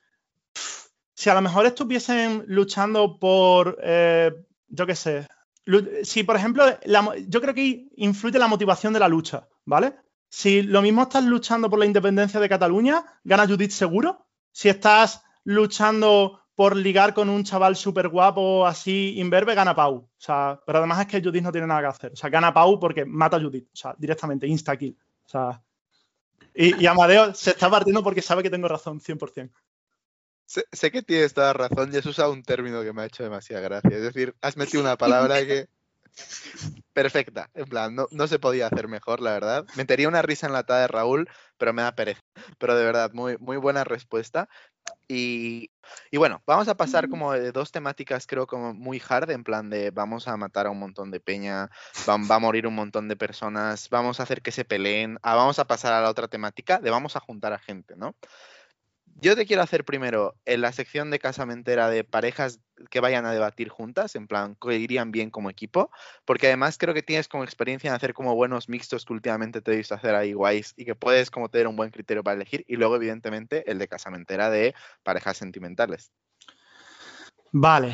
si a lo mejor estuviesen luchando por, yo qué sé, si por ejemplo, yo creo que influye la motivación de la lucha, ¿vale? Si lo mismo estás luchando por la independencia de Cataluña, gana Judith seguro. Si estás luchando por ligar con un chaval súper guapo, así, imberbe, gana Pau. O sea, pero además es que Judith no tiene nada que hacer. O sea, gana Pau porque mata a Judith. O sea, directamente, insta-kill. O sea... Y Amadeo se está partiendo porque sabe que tengo razón, 100%. Sé que tienes toda razón y has usado un término que me ha hecho demasiada gracia. Es decir, has metido una palabra que... perfecta. En plan, no se podía hacer mejor, la verdad. Metería una risa enlatada de Raúl, pero me da pereza. Pero de verdad, muy, muy buena respuesta. Y bueno, vamos a pasar como de 2 temáticas, creo, como muy hard, en plan de vamos a matar a un montón de peña, va a morir un montón de personas, vamos a hacer que se peleen, vamos a pasar a la otra temática de vamos a juntar a gente, ¿no? Yo te quiero hacer primero en la sección de casamentera de parejas que vayan a debatir juntas, en plan, que irían bien como equipo, porque además creo que tienes como experiencia en hacer como buenos mixtos que últimamente te he visto hacer ahí guays y que puedes como tener un buen criterio para elegir, y luego evidentemente el de casamentera de parejas sentimentales. Vale.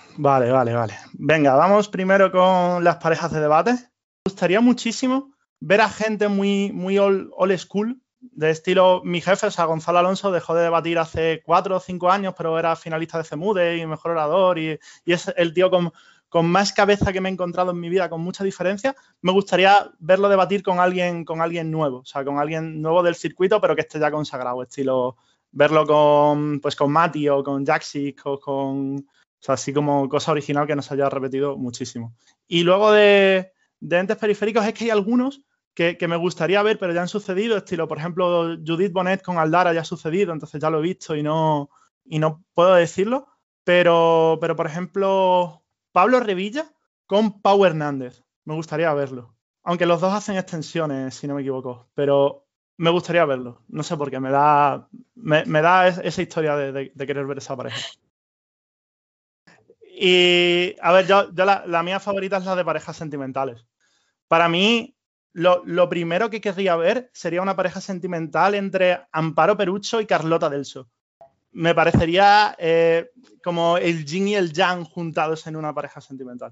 Venga, vamos primero con las parejas de debate. Me gustaría muchísimo ver a gente muy, muy old school, de estilo mi jefe, o sea, Gonzalo Alonso, dejó de debatir hace 4 o 5 años, pero era finalista de CEMUDE y mejor orador y es el tío con más cabeza que me he encontrado en mi vida, con mucha diferencia. Me gustaría verlo debatir con alguien nuevo, o sea, con alguien nuevo del circuito, pero que esté ya consagrado, estilo verlo con Mati o con Jaxic o con... O sea, así como cosa original que nos haya repetido muchísimo. Y luego de entes periféricos es que hay algunos que me gustaría ver, pero ya han sucedido, estilo, por ejemplo, Judith Bonet con Aldara ya ha sucedido, entonces ya lo he visto y no puedo decirlo, pero por ejemplo, Pablo Revilla con Pau Hernández, me gustaría verlo, aunque los dos hacen extensiones, si no me equivoco, pero me gustaría verlo. No sé por qué, me da esa historia de querer ver esa pareja. Y, a ver, yo la mía favorita es la de parejas sentimentales. Para mí, lo primero que querría ver sería una pareja sentimental entre Amparo Perucho y Carlota Delso. Me parecería como el yin y el yang juntados en una pareja sentimental.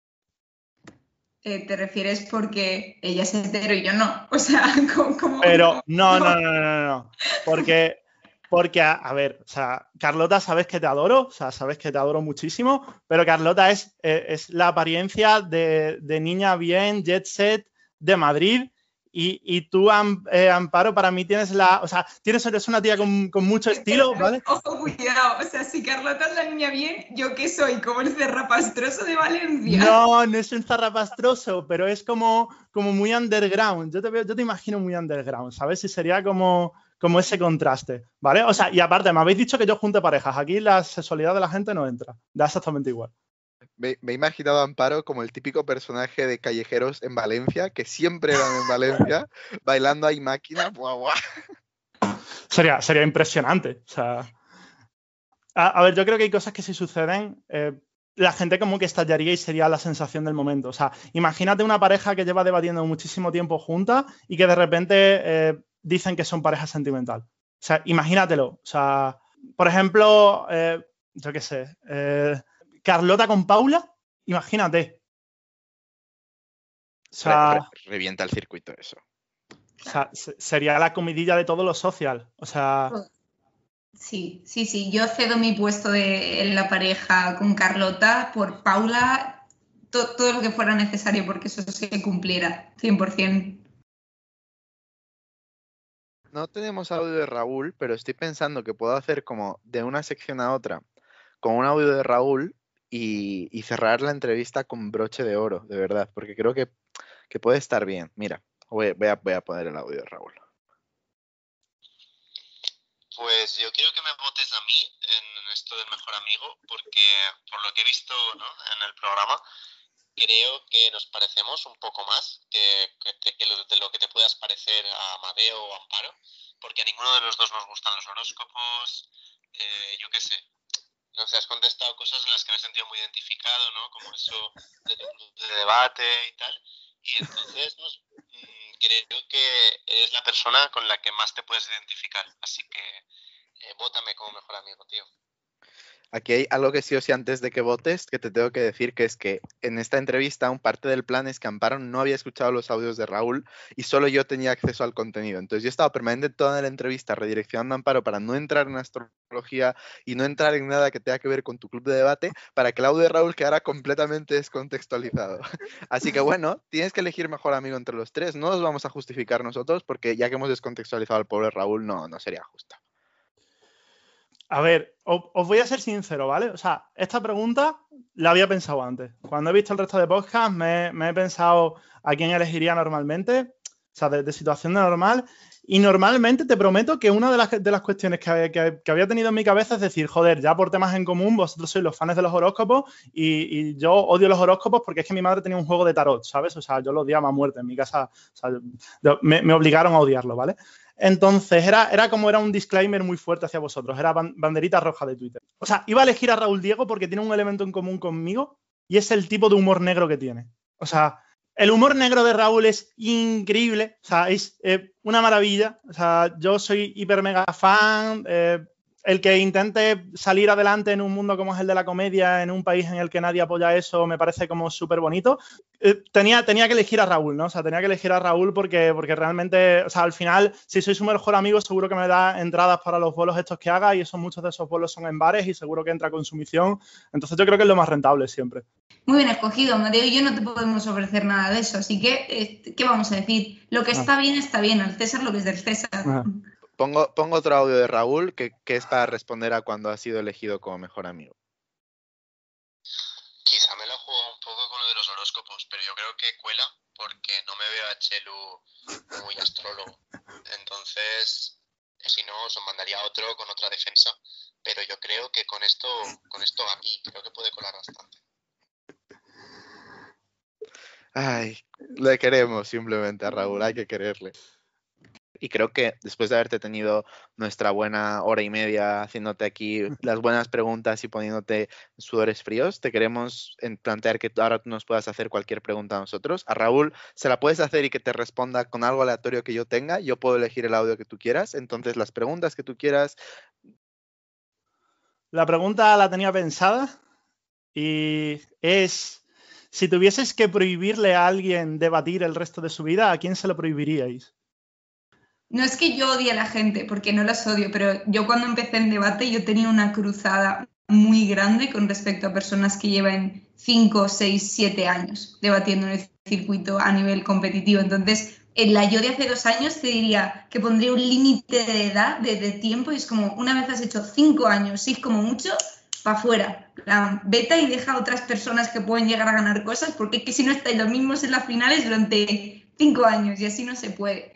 ¿Te refieres porque ella es hetero y yo no? O sea, ¿cómo? Pero no. Porque a ver, o sea, Carlota, sabes que te adoro, o sea, sabes que te adoro muchísimo, pero Carlota es la apariencia de niña bien, jet set, de Madrid, y tú, Amparo, para mí tienes eres una tía con mucho estilo, ¿vale? Ojo, cuidado, o sea, si Carlota es la niña bien, ¿yo qué soy? ¿Como el zarrapastroso de Valencia? No es un zarrapastroso, pero es como muy underground. Yo te imagino muy underground, ¿sabes? Y sería como ese contraste, ¿vale? O sea, y aparte, me habéis dicho que yo junte parejas. Aquí la sexualidad de la gente no entra. Da exactamente igual. Me he imaginado a Amparo como el típico personaje de callejeros en Valencia, que siempre van en Valencia, bailando ahí máquina. ¡Buah, buah! Sería impresionante. O sea, a ver, yo creo que hay cosas que si suceden, la gente como que estallaría y sería la sensación del momento. O sea, imagínate una pareja que lleva debatiendo muchísimo tiempo juntas y que de repente dicen que son pareja sentimental. O sea, imagínatelo. O sea, por ejemplo, yo qué sé, Carlota con Paula, imagínate. O sea, Revienta el circuito eso. o sea, sería la comidilla de todos los social. O sea, Sí. Yo cedo mi puesto en la pareja con Carlota por Paula, todo lo que fuera necesario porque eso se cumpliera, 100%. No tenemos audio de Raúl, pero estoy pensando que puedo hacer como de una sección a otra con un audio de Raúl y cerrar la entrevista con broche de oro, de verdad, porque creo que puede estar bien. Mira, voy a poner el audio de Raúl. Pues yo quiero que me votes a mí en esto del mejor amigo, porque por lo que he visto, ¿no?, en el programa, creo que nos parecemos un poco más de lo que te puedas parecer a Amadeo o Amparo, porque a ninguno de los dos nos gustan los horóscopos, yo qué sé. No sé, has contestado cosas en las que me he sentido muy identificado, ¿no? Como eso de tu club de debate y tal. Y entonces creo que eres la persona con la que más te puedes identificar. Así que vótame como mejor amigo, tío. Aquí hay algo que sí o sí antes de que votes, que te tengo que decir, que es que en esta entrevista un parte del plan es que Amparo no había escuchado los audios de Raúl y solo yo tenía acceso al contenido. Entonces yo estaba permanente toda la entrevista redireccionando a Amparo para no entrar en astrología y no entrar en nada que tenga que ver con tu club de debate, para que el audio de Raúl quedara completamente descontextualizado. Así que bueno, tienes que elegir mejor amigo entre los tres. No nos vamos a justificar nosotros porque ya que hemos descontextualizado al pobre Raúl, no sería justo. a ver, os voy a ser sincero, ¿vale? O sea, esta pregunta la había pensado antes. Cuando he visto el resto de podcasts, me he pensado a quién elegiría normalmente, o sea, de situación de normal. Y normalmente te prometo que una de las cuestiones que había tenido en mi cabeza es decir, joder, ya por temas en común, vosotros sois los fans de los horóscopos y yo odio los horóscopos porque es que mi madre tenía un juego de tarot, ¿sabes? O sea, yo lo odiaba a muerte en mi casa. O sea, me obligaron a odiarlo, ¿vale? Entonces, era un disclaimer muy fuerte hacia vosotros, era banderita roja de Twitter. O sea, iba a elegir a Raúl Diego porque tiene un elemento en común conmigo y es el tipo de humor negro que tiene. O sea, el humor negro de Raúl es increíble, o sea, es una maravilla. O sea, yo soy hiper mega fan. El que intente salir adelante en un mundo como es el de la comedia, en un país en el que nadie apoya eso, me parece como súper bonito. Tenía que elegir a Raúl, ¿no? O sea, tenía que elegir a Raúl porque realmente, o sea, al final, si soy su mejor amigo, seguro que me da entradas para los vuelos estos que haga y muchos de esos vuelos son en bares y seguro que entra con consumición. Entonces yo creo que es lo más rentable siempre. Muy bien escogido, Amadeo y yo no te podemos ofrecer nada de eso, así que, ¿qué vamos a decir? Lo que está bien, al César lo que es del César. Pongo otro audio de Raúl que es para responder a cuando ha sido elegido como mejor amigo. Quizá me lo he jugado un poco con lo de los horóscopos, pero yo creo que cuela porque no me veo a Chelu muy astrólogo. Entonces, si no, os mandaría otro con otra defensa. Pero yo creo que con esto aquí creo que puede colar bastante. Ay, le queremos simplemente a Raúl, hay que quererle. Y creo que después de haberte tenido nuestra buena hora y media haciéndote aquí las buenas preguntas y poniéndote sudores fríos, te queremos plantear que ahora tú nos puedas hacer cualquier pregunta a nosotros. A Raúl se la puedes hacer y que te responda con algo aleatorio que yo tenga. Yo puedo elegir el audio que tú quieras. Entonces, las preguntas que tú quieras. La pregunta la tenía pensada y es, si tuvieses que prohibirle a alguien debatir el resto de su vida, ¿a quién se lo prohibiríais? No es que yo odie a la gente, porque no las odio, pero yo cuando empecé en debate yo tenía una cruzada muy grande con respecto a personas que llevan 5, 6, 7 años debatiendo en el circuito a nivel competitivo. Entonces, en la yo de hace 2 años te diría que pondría un límite de edad, de tiempo, y es como, una vez has hecho 5 años, 6 como mucho, para afuera. Vete y deja a otras personas que pueden llegar a ganar cosas, porque es que si no estáis los mismos en las finales durante 5 años y así no se puede.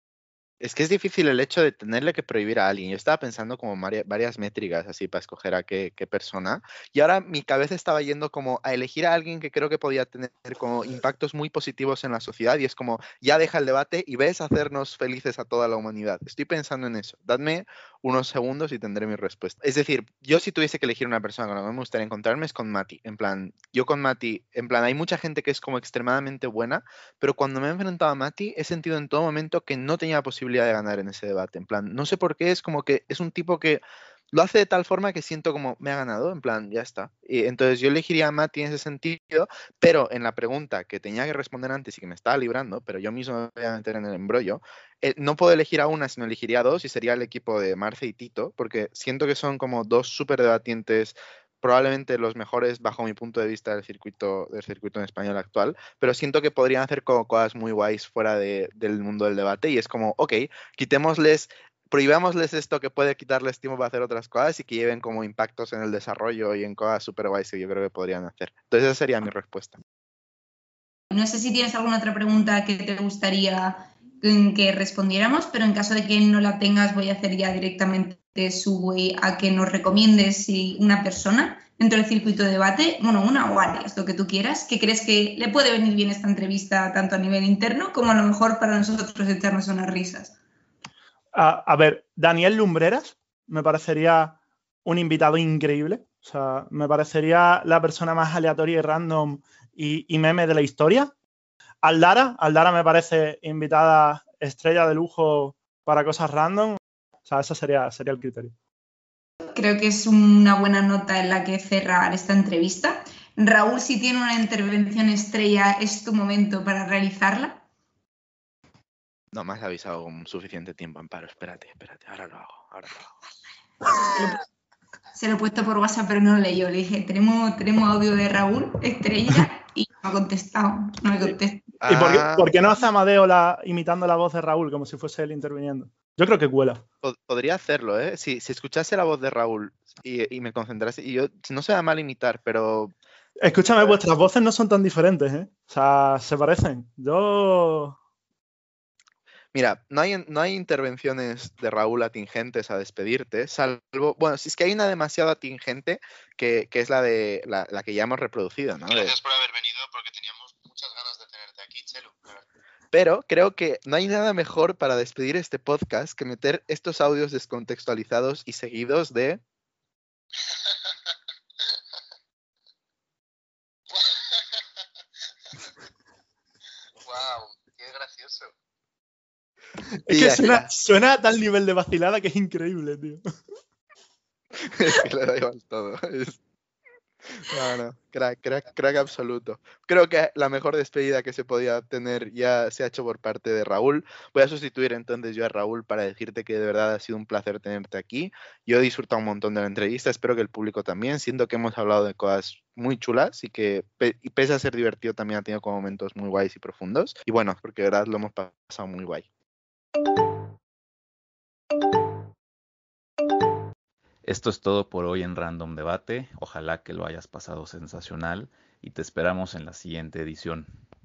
Es que es difícil el hecho de tenerle que prohibir a alguien. Yo estaba pensando como varias métricas así para escoger a qué persona. Y ahora mi cabeza estaba yendo como a elegir a alguien que creo que podía tener como impactos muy positivos en la sociedad. Y es como, ya deja el debate y ves a hacernos felices a toda la humanidad. Estoy pensando en eso. Dadme unos segundos y tendré mi respuesta. Es decir, yo si tuviese que elegir una persona con la que me gustaría encontrarme es con Mati. En plan, yo con Mati, en plan, hay mucha gente que es como extremadamente buena, pero cuando me he enfrentado a Mati he sentido en todo momento que no tenía posibilidad de ganar en ese debate. En plan, no sé por qué, es como que es un tipo que lo hace de tal forma que siento como me ha ganado, en plan, ya está. Y entonces yo elegiría a Mati en ese sentido, pero en la pregunta que tenía que responder antes y que me estaba librando, pero yo mismo me voy a meter en el embrollo, no puedo elegir a una, sino elegiría a dos y sería el equipo de Marce y Tito, porque siento que son como dos súper debatientes, probablemente los mejores bajo mi punto de vista del circuito en español actual, pero siento que podrían hacer cosas muy guays fuera del mundo del debate y es como, ok, prohibámosles esto que puede quitarles tiempo para hacer otras cosas y que lleven como impactos en el desarrollo y en cosas súper guays que yo creo que podrían hacer. Entonces esa sería mi respuesta. No sé si tienes alguna otra pregunta que te gustaría que respondiéramos, pero en caso de que no la tengas, voy a hacer ya directamente subway a que nos recomiendes una persona dentro del circuito de debate, bueno, una o varias, lo que tú quieras, que crees que le puede venir bien esta entrevista tanto a nivel interno como a lo mejor para nosotros echarnos unas risas. A ver, Daniel Lumbreras me parecería un invitado increíble. O sea, me parecería la persona más aleatoria y random y meme de la historia. Aldara me parece invitada estrella de lujo para cosas random. O sea, ese sería el criterio. Creo que es una buena nota en la que cerrar esta entrevista. Raúl, si tiene una intervención estrella, es tu momento para realizarla. No me has avisado con suficiente tiempo, Amparo. Espérate, ahora lo hago. Se lo he puesto por WhatsApp, pero no lo leyó. Le dije, tenemos audio de Raúl, estrella, y no ha contestado. No me contesta. ¿Y por qué no hace Amadeo imitando la voz de Raúl como si fuese él interviniendo? Yo creo que cuela. Podría hacerlo, ¿eh? Si escuchase la voz de Raúl y me concentrase, y yo, no se da mal imitar, pero... Escúchame, vuestras voces no son tan diferentes, ¿eh? O sea, se parecen. Mira, no hay intervenciones de Raúl atingentes a despedirte, salvo... Bueno, si es que hay una demasiado atingente que es la que ya hemos reproducido, ¿no? Gracias por haber venido, porque teníamos muchas ganas de tenerte aquí, Chelo. Pero creo que no hay nada mejor para despedir este podcast que meter estos audios descontextualizados y seguidos de... ¡Wow! ¡Qué gracioso! Es que suena a tal nivel de vacilada que es increíble, tío. Es que le da igual todo. No, crack absoluto. Creo que la mejor despedida que se podía tener ya se ha hecho por parte de Raúl. Voy a sustituir entonces yo a Raúl para decirte que de verdad ha sido un placer tenerte aquí. Yo he disfrutado un montón de la entrevista, espero que el público también. Siento que hemos hablado de cosas muy chulas y que pese a ser divertido también ha tenido como momentos muy guays y profundos. Y bueno, porque de verdad lo hemos pasado muy guay. Esto es todo por hoy en Random Debate. Ojalá que lo hayas pasado sensacional y te esperamos en la siguiente edición.